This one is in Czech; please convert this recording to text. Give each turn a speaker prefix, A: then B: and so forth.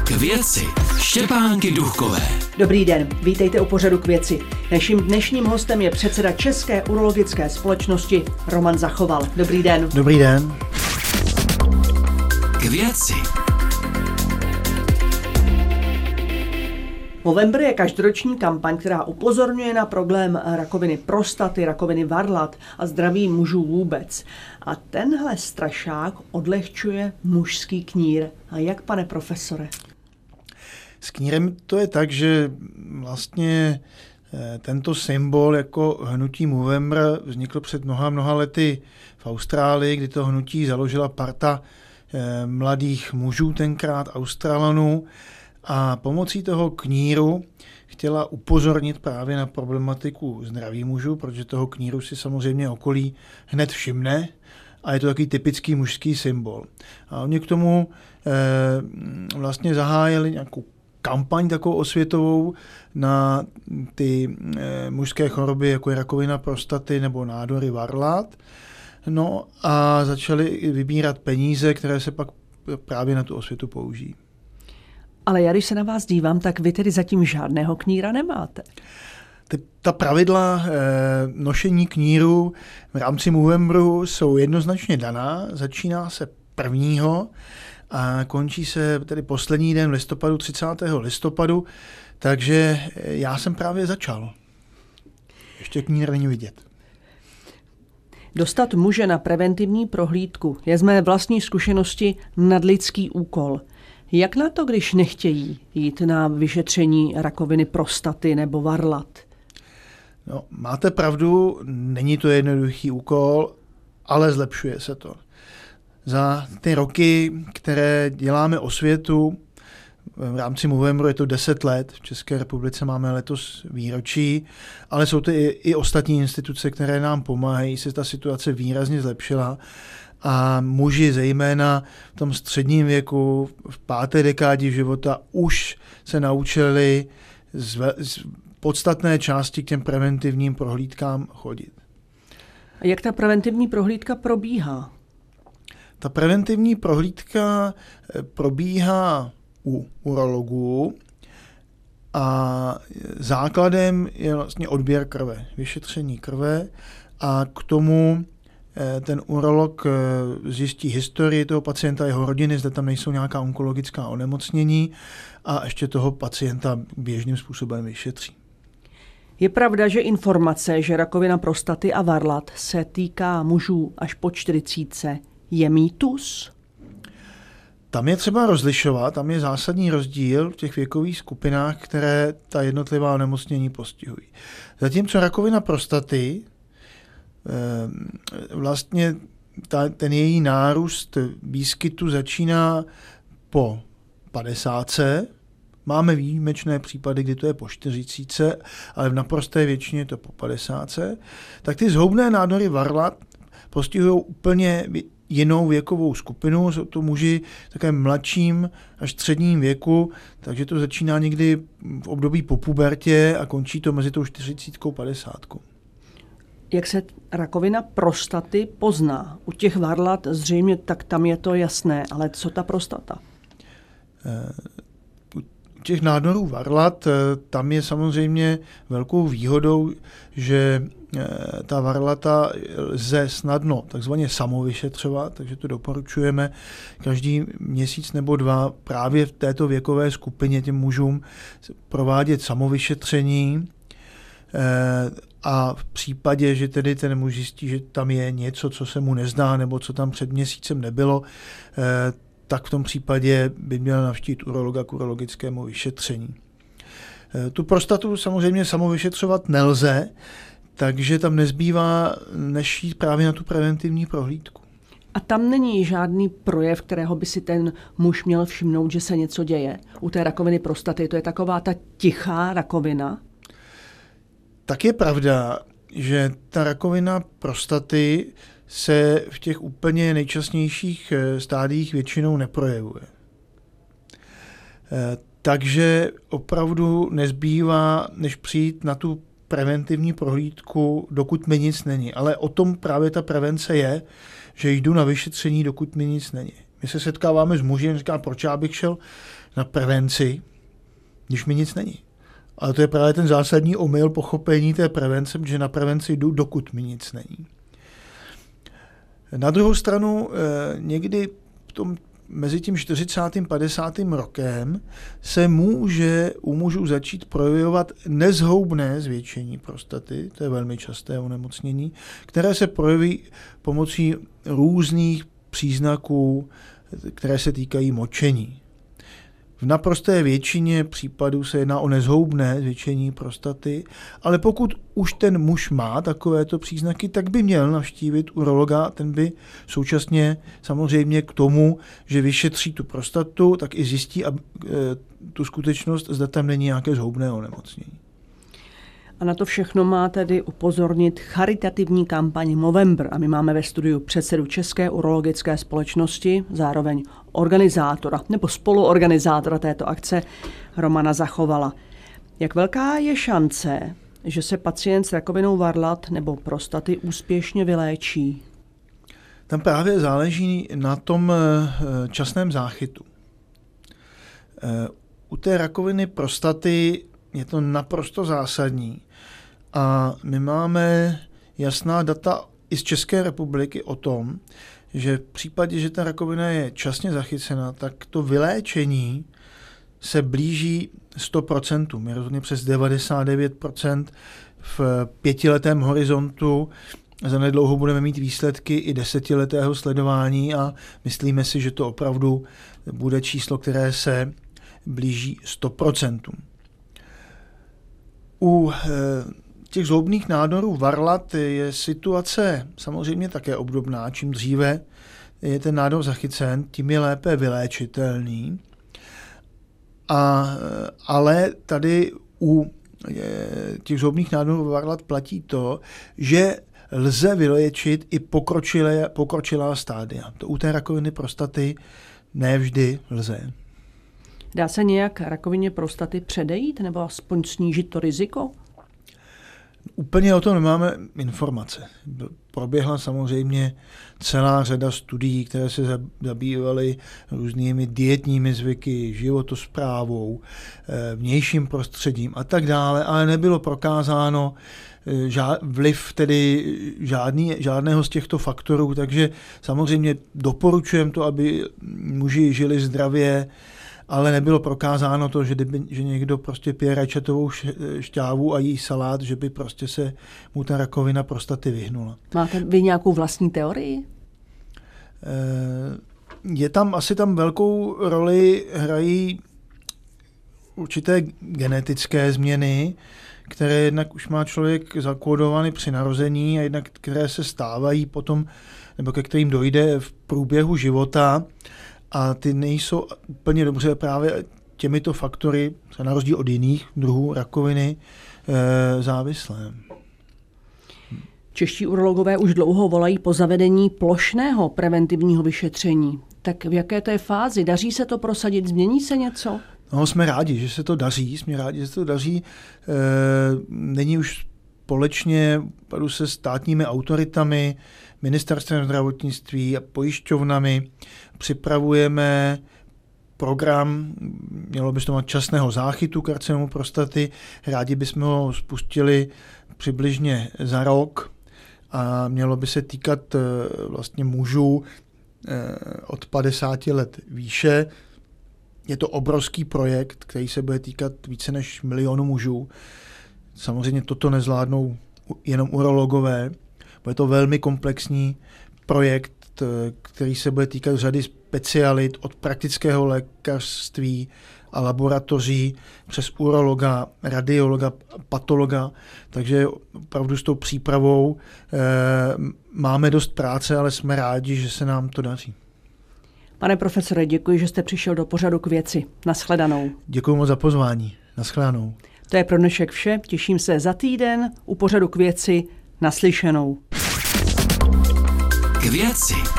A: K věci Štěpánky Duchkové.
B: Dobrý den, vítejte u pořadu K věci. Naším dnešním hostem je předseda České urologické společnosti Roman Zachoval. Dobrý den.
C: Dobrý den.
A: K věci.
B: Movember je každoroční kampaň, která upozorňuje na problém rakoviny prostaty, rakoviny varlat a zdraví mužů vůbec. A tenhle strašák odlehčuje mužský knír. A jak, pane profesore?
C: S knírem to je tak, že vlastně tento symbol jako hnutí Movember vznikl před mnoha lety v Austrálii, kdy to hnutí založila parta mladých mužů, tenkrát Australanů, a pomocí toho kníru chtěla upozornit právě na problematiku zdraví mužů, protože toho kníru si samozřejmě okolí hned všimne a je to takový typický mužský symbol. A oni k tomu vlastně zahájili nějakou kampaň takovou osvětovou na ty mužské choroby, jako je rakovina prostaty nebo nádory varlat. No a začali vybírat peníze, které se pak právě na tu osvětu použijí.
B: Ale já, když se na vás dívám, tak vy tedy zatím žádného kníra nemáte.
C: Ta pravidla nošení kníru v rámci Movemberu jsou jednoznačně daná. Začíná se 1. a končí se tedy poslední den v listopadu, 30. listopadu, takže já jsem právě začal. Ještě knír není vidět.
B: Dostat muže na preventivní prohlídku je z mé vlastní zkušenosti nadlidský úkol. Jak na to, když nechtějí jít na vyšetření rakoviny prostaty nebo varlat?
C: No, máte pravdu, není to jednoduchý úkol, ale zlepšuje se to. Za ty roky, které děláme osvětu, v rámci Movemberu je to 10 let, v České republice máme letos výročí, ale jsou to i ostatní instituce, které nám pomáhají, se ta situace výrazně zlepšila. A muži zejména v tom středním věku, v 5. dekádě života už se naučili z podstatné části k těm preventivním prohlídkám chodit.
B: A jak ta preventivní prohlídka probíhá?
C: Ta preventivní prohlídka probíhá u urologů a základem je vlastně odběr krve, vyšetření krve a k tomu ten urolog zjistí historii toho pacienta, jeho rodiny, zda tam nejsou nějaká onkologická onemocnění a ještě toho pacienta běžným způsobem vyšetří.
B: Je pravda, že informace, že rakovina prostaty a varlat se týká mužů až po 40, je mýtus?
C: Tam je třeba rozlišovat, tam je zásadní rozdíl v těch věkových skupinách, které ta jednotlivá onemocnění postihují. Zatímco rakovina prostaty, vlastně ten její nárůst výskytu začíná po 50. Máme výjimečné případy, kdy to je po 40, ale v naprosté většině je to po 50. Tak ty zhoubné nádory varlat postihují úplně jinou věkovou skupinu. Jsou to muži v takovém mladším až středním věku, takže to začíná někdy v období po pubertě a končí to mezi tou 40 a 50.
B: Jak se rakovina prostaty pozná? U těch varlat zřejmě, tak tam je to jasné, ale co ta prostata?
C: U těch nádorů varlat, tam je samozřejmě velkou výhodou, že ta varlata lze snadno takzvaně samovyšetřovat, takže to doporučujeme každý měsíc nebo 2 právě v této věkové skupině těm mužům provádět samovyšetření. A v případě, že tedy ten muž zjistí, že tam je něco, co se mu nezdá, nebo co tam před měsícem nebylo, tak v tom případě by měl navštívit urologa k urologickému vyšetření. Tu prostatu samozřejmě samovyšetřovat nelze, takže tam nezbývá než jít právě na tu preventivní prohlídku.
B: A tam není žádný projev, kterého by si ten muž měl všimnout, že se něco děje. U té rakoviny prostaty to je taková ta tichá rakovina.
C: Tak je pravda, že ta rakovina prostaty se v těch úplně nejčastějších stádiích většinou neprojevuje. Takže opravdu nezbývá, než přijít na tu preventivní prohlídku, dokud mi nic není. Ale o tom právě ta prevence je, že jdu na vyšetření, dokud mi nic není. My se setkáváme s muži, říká, proč já bych šel na prevenci, když mi nic není. Ale to je právě ten zásadní omyl pochopení té prevence, že na prevenci jdu, dokud mi nic není. Na druhou stranu někdy mezi tím 40. a 50. rokem se může u mužů začít projevovat nezhoubné zvětšení prostaty, to je velmi časté onemocnění, které se projeví pomocí různých příznaků, které se týkají močení. V naprosté většině případů se jedná o nezhoubné zvětšení prostaty, ale pokud už ten muž má takovéto příznaky, tak by měl navštívit urologa, ten by současně samozřejmě k tomu, že vyšetří tu prostatu, tak i zjistí tu skutečnost, zda tam není nějaké zhoubné onemocnění.
B: A na to všechno má tedy upozornit charitativní kampaň Movember. A my máme ve studiu předsedu České urologické společnosti, zároveň organizátora nebo spoluorganizátora této akce Romana Zachovala. Jak velká je šance, že se pacient s rakovinou varlat nebo prostaty úspěšně vyléčí?
C: Tam právě záleží na tom časném záchytu. U té rakoviny prostaty je to naprosto zásadní. A my máme jasná data i z České republiky o tom, že v případě, že ta rakovina je časně zachycena, tak to vyléčení se blíží 100%. My rozhodně přes 99% v 5letém horizontu. Zanedlouho budeme mít výsledky i 10letého sledování a myslíme si, že to opravdu bude číslo, které se blíží 100%. U těch zhoubných nádorů varlat je situace samozřejmě také obdobná. Čím dříve je ten nádor zachycen, tím je lépe vyléčitelný. Ale tady u těch zhoubných nádorů varlat platí to, že lze vyléčit i pokročilá stádia. To u té rakoviny prostaty nevždy lze.
B: Dá se nějak rakovině prostaty předejít nebo aspoň snížit to riziko?
C: Úplně o tom nemáme informace. Proběhla samozřejmě celá řada studií, které se zabývaly různými dietními zvyky, životosprávou, vnějším prostředím a tak dále, ale nebylo prokázáno vliv tedy žádného z těchto faktorů, takže samozřejmě doporučujeme to, aby muži žili zdravě, ale nebylo prokázáno to, že někdo prostě pije rajčatovou šťávu a jí salát, že by prostě se mu ta rakovina prostaty vyhnula.
B: Máte vy nějakou vlastní teorii?
C: Je tam asi velkou roli hrají určité genetické změny, které jednak už má člověk zakódovány při narození a jednak které se stávají potom, nebo ke kterým dojde v průběhu života. A ty nejsou úplně dobře právě těmito faktory, na rozdíl od jiných druhů rakoviny, závislé.
B: Čeští urologové už dlouho volají po zavedení plošného preventivního vyšetření. Tak v jaké to je fázi? Daří se to prosadit? Změní se něco?
C: No, jsme rádi, že se to daří. Není už společně se státními autoritami, ministerstvem zdravotnictví a pojišťovnami připravujeme program, mělo by se to mít časného záchytu karcinomu prostaty. Rádi bychom ho spustili přibližně za rok a mělo by se týkat vlastně mužů od 50 let výše. Je to obrovský projekt, který se bude týkat více než 1 milionu mužů. Samozřejmě toto nezvládnou jenom urologové. Bude to velmi komplexní projekt, který se bude týkat řady specialit od praktického lékařství a laboratoří přes urologa, radiologa, patologa. Takže opravdu s tou přípravou máme dost práce, ale jsme rádi, že se nám to daří.
B: Pane profesore, děkuji, že jste přišel do pořadu K věci. Naschledanou.
C: Děkuji moc za pozvání. Naschledanou.
B: To je pro dnešek vše. Těším se za týden u pořadu K věci. Naslyšenou.
A: K věci.